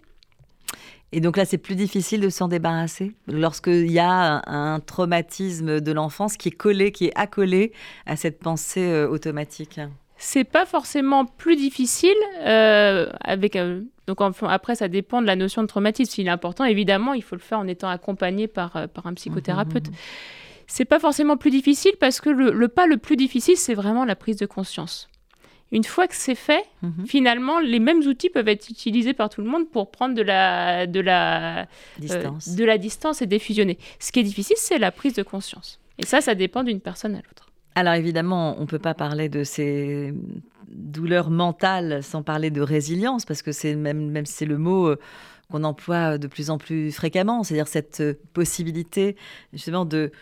Et donc là, c'est plus difficile de s'en débarrasser lorsqu'il y a un, un traumatisme de l'enfance qui est collé, qui est accolé à cette pensée euh, automatique. C'est pas forcément plus difficile. Euh, avec, euh, donc en, après, ça dépend de la notion de traumatisme. S'il est important, évidemment, il faut le faire en étant accompagné par, euh, par un psychothérapeute. Mmh. C'est pas forcément plus difficile parce que le, le pas le plus difficile, c'est vraiment la prise de conscience. Une fois que c'est fait, mmh. finalement, les mêmes outils peuvent être utilisés par tout le monde pour prendre de la, de la, distance. Euh, de la distance et défusionner. Ce qui est difficile, c'est la prise de conscience. Et ça, ça dépend d'une personne à l'autre. Alors évidemment, on ne peut pas parler de ces douleurs mentales sans parler de résilience, parce que c'est même, même c'est le mot qu'on emploie de plus en plus fréquemment, c'est-à-dire cette possibilité justement de,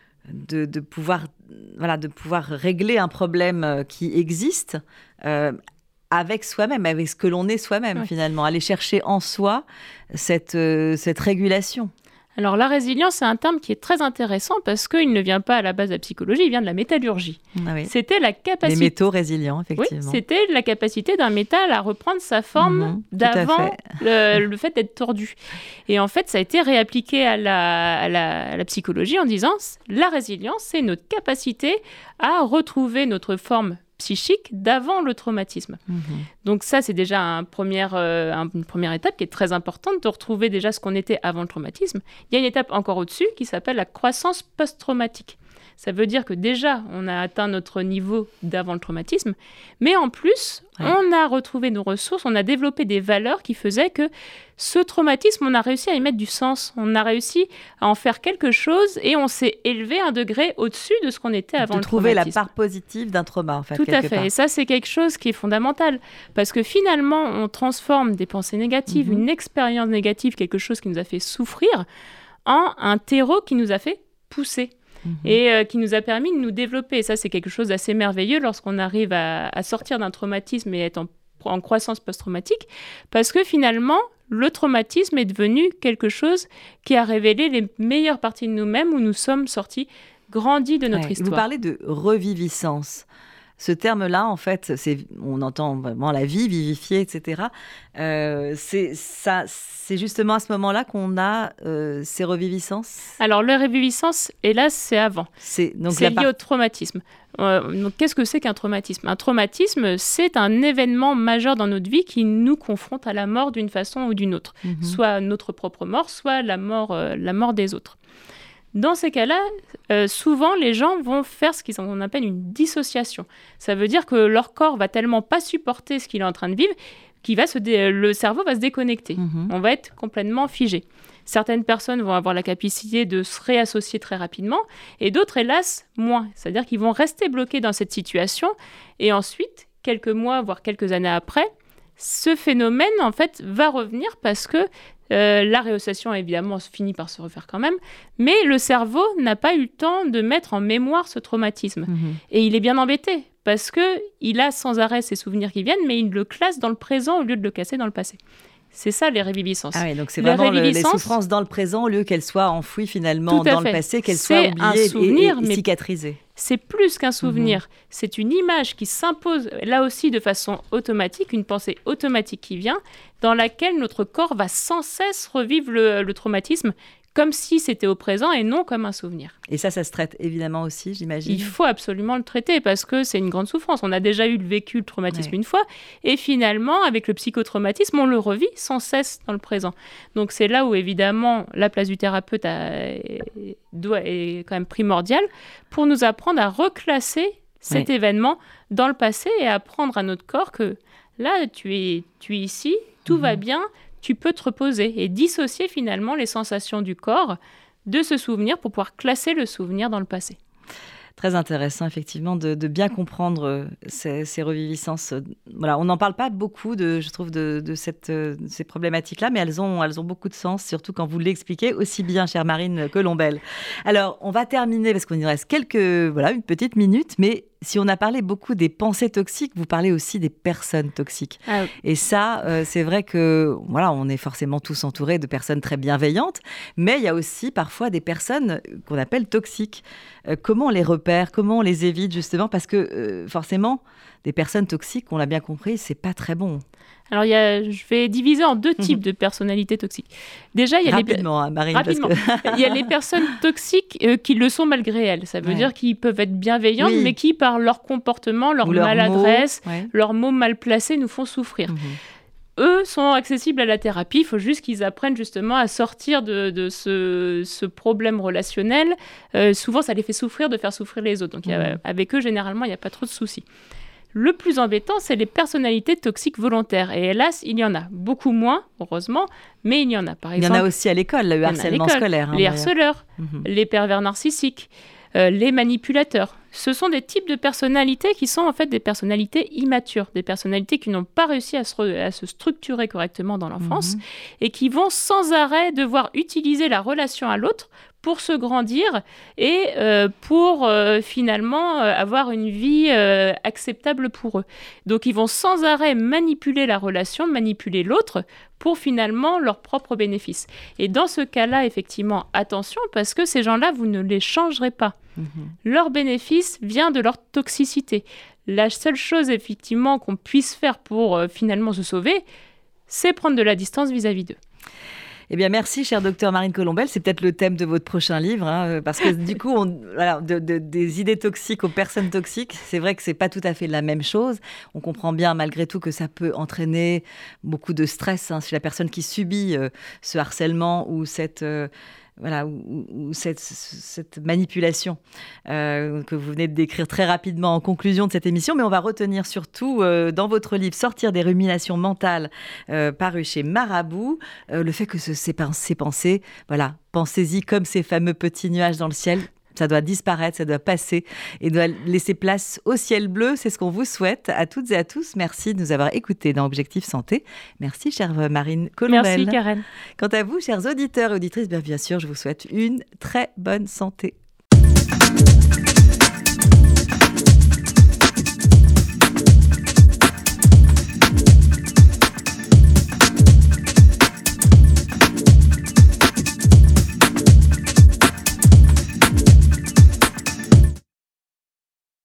de, de, pouvoir, voilà, de pouvoir régler un problème qui existe euh, avec soi-même, avec ce que l'on est soi-même oui. finalement, aller chercher en soi cette, euh, cette régulation. Alors la résilience, c'est un terme qui est très intéressant parce qu'il ne vient pas à la base de la psychologie, il vient de la métallurgie. Ah oui. C'était la capacité... Les métaux résilients, effectivement. Oui, c'était la capacité d'un métal à reprendre sa forme mmh, d'avant fait. Le, le fait d'être tordu. Et en fait, ça a été réappliqué à la, à la, à la psychologie en disant la résilience, c'est notre capacité à retrouver notre forme psychique d'avant le traumatisme. Mmh. Donc ça, c'est déjà un premier, euh, un, une première étape qui est très importante, de retrouver déjà ce qu'on était avant le traumatisme. Il y a une étape encore au-dessus qui s'appelle la croissance post-traumatique. Ça veut dire que déjà, on a atteint notre niveau d'avant le traumatisme, mais en plus, ouais. on a retrouvé nos ressources, on a développé des valeurs qui faisaient que ce traumatisme, on a réussi à y mettre du sens, on a réussi à en faire quelque chose et on s'est élevé un degré au-dessus de ce qu'on était avant de le traumatisme. De trouver la part positive d'un trauma, en fait. Tout à fait, part. Et ça, c'est quelque chose qui est fondamental, parce que finalement, on transforme des pensées négatives, mm-hmm. une expérience négative, quelque chose qui nous a fait souffrir, en un terreau qui nous a fait pousser. Mmh. Et euh, qui nous a permis de nous développer. Et ça, c'est quelque chose d'assez merveilleux lorsqu'on arrive à, à sortir d'un traumatisme et être en, en croissance post-traumatique, parce que finalement, le traumatisme est devenu quelque chose qui a révélé les meilleures parties de nous-mêmes, où nous sommes sortis grandis de notre ouais. histoire. Vous parlez de reviviscence. Ce terme-là, en fait, c'est, on entend vraiment la vie, vivifier, et cetera. Euh, c'est, ça, c'est justement à ce moment-là qu'on a euh, ces reviviscences. Alors, la reviviscence, hélas, c'est avant. C'est, donc c'est lié part... au traumatisme. Euh, donc, qu'est-ce que c'est qu'un traumatisme ? Un traumatisme, c'est un événement majeur dans notre vie qui nous confronte à la mort d'une façon ou d'une autre. Mm-hmm. Soit notre propre mort, soit la mort, euh, la mort des autres. Dans ces cas-là, euh, souvent, les gens vont faire ce qu'on appelle une dissociation. Ça veut dire que leur corps va tellement pas supporter ce qu'il est en train de vivre, qu'il va se dé... le cerveau va se déconnecter. Mmh. On va être complètement figé. Certaines personnes vont avoir la capacité de se réassocier très rapidement, et d'autres, hélas, moins. C'est-à-dire qu'ils vont rester bloqués dans cette situation, et ensuite, quelques mois, voire quelques années après, ce phénomène, en fait, va revenir parce que Euh, la réassociation, évidemment, finit par se refaire quand même, mais le cerveau n'a pas eu le temps de mettre en mémoire ce traumatisme. Mmh. Et il est bien embêté, parce qu'il a sans arrêt ces souvenirs qui viennent, mais il le classe dans le présent au lieu de le casser dans le passé. C'est ça, les reviviscences. Ah oui, donc c'est vraiment le, les souffrances dans le présent, au lieu qu'elles soient enfouies finalement dans fait. le passé, qu'elles c'est soient oubliées souvenir, et, et, et cicatrisées. C'est plus qu'un souvenir, mmh. c'est une image qui s'impose, là aussi de façon automatique, une pensée automatique qui vient, dans laquelle notre corps va sans cesse revivre le, le traumatisme, comme si c'était au présent et non comme un souvenir. Et ça, ça se traite évidemment aussi, j'imagine. Il faut absolument le traiter parce que c'est une grande souffrance. On a déjà eu le vécu, le traumatisme ouais. une fois, et finalement, avec le psychotraumatisme, on le revit sans cesse dans le présent. Donc c'est là où, évidemment, la place du thérapeute a, doit, est quand même primordiale pour nous apprendre à reclasser cet ouais. événement dans le passé et apprendre à notre corps que là, tu es, tu es ici, tout mmh. va bien, tu peux te reposer et dissocier finalement les sensations du corps de ce souvenir pour pouvoir classer le souvenir dans le passé. Très intéressant, effectivement, de, de bien comprendre ces, ces reviviscences. Voilà, on n'en parle pas beaucoup, de, je trouve, de, de, cette, de ces problématiques-là, mais elles ont, elles ont beaucoup de sens, surtout quand vous l'expliquez aussi bien, chère Marine Colombel. Alors, on va terminer, parce qu'il nous reste quelques, voilà, une petite minute, mais si on a parlé beaucoup des pensées toxiques, vous parlez aussi des personnes toxiques. Ah oui. Et ça, euh, c'est vrai que, voilà, on est forcément tous entourés de personnes très bienveillantes, mais il y a aussi parfois des personnes qu'on appelle toxiques. Euh, comment on les repère ? Comment on les évite, justement ? Parce que, euh, forcément, des personnes toxiques, on l'a bien compris, c'est pas très bon. Alors, il y a, je vais diviser en deux types mmh. de personnalités toxiques. Déjà, il y a rapidement, les... hein, Marine, rapidement. Parce que... il y a les personnes toxiques euh, qui le sont malgré elles. Ça veut ouais. dire qu'ils peuvent être bienveillantes, oui. mais qui, par leur comportement, leur Ou maladresse, leurs mots, ouais. leurs mots mal placés, nous font souffrir. Mmh. Eux sont accessibles à la thérapie. Il faut juste qu'ils apprennent justement à sortir de, de ce, ce problème relationnel. Euh, souvent, ça les fait souffrir de faire souffrir les autres. Donc, mmh. y a, avec eux, généralement, il n'y a pas trop de soucis. Le plus embêtant, c'est les personnalités toxiques volontaires. Et hélas, il y en a beaucoup moins, heureusement, mais il y en a. Par exemple, il y en a aussi à l'école, le harcèlement scolaire. Hein, les harceleurs, mmh. les pervers narcissiques, euh, les manipulateurs. Ce sont des types de personnalités qui sont en fait des personnalités immatures, des personnalités qui n'ont pas réussi à se, re- à se structurer correctement dans l'enfance mmh. et qui vont sans arrêt devoir utiliser la relation à l'autre pour se grandir et euh, pour euh, finalement euh, avoir une vie euh, acceptable pour eux. Donc ils vont sans arrêt manipuler la relation, manipuler l'autre pour finalement leur propre bénéfice. Et dans ce cas-là, effectivement, attention, parce que ces gens-là, vous ne les changerez pas. Mmh. Leur bénéfice vient de leur toxicité. La seule chose, effectivement, qu'on puisse faire pour euh, finalement se sauver, c'est prendre de la distance vis-à-vis d'eux. Eh bien, merci, chère docteure Marine Colombel. C'est peut-être le thème de votre prochain livre, hein, parce que du coup, on, voilà, de, de, des idées toxiques aux personnes toxiques, c'est vrai que c'est pas tout à fait la même chose. On comprend bien, malgré tout, que ça peut entraîner beaucoup de stress hein, chez la personne qui subit euh, ce harcèlement ou cette... Euh, Voilà, ou, ou cette, cette manipulation euh, que vous venez de décrire très rapidement en conclusion de cette émission. Mais on va retenir surtout euh, dans votre livre « Sortir des ruminations mentales euh, » paru chez Marabout, euh, le fait que ce, ces, ces pensées, voilà, pensez-y comme ces fameux petits nuages dans le ciel. Ça doit disparaître, ça doit passer et doit laisser place au ciel bleu. C'est ce qu'on vous souhaite à toutes et à tous. Merci de nous avoir écoutés dans Objectif Santé. Merci, chère Marine Colombel. Merci, Karen. Quant à vous, chers auditeurs et auditrices, bien, bien sûr, je vous souhaite une très bonne santé.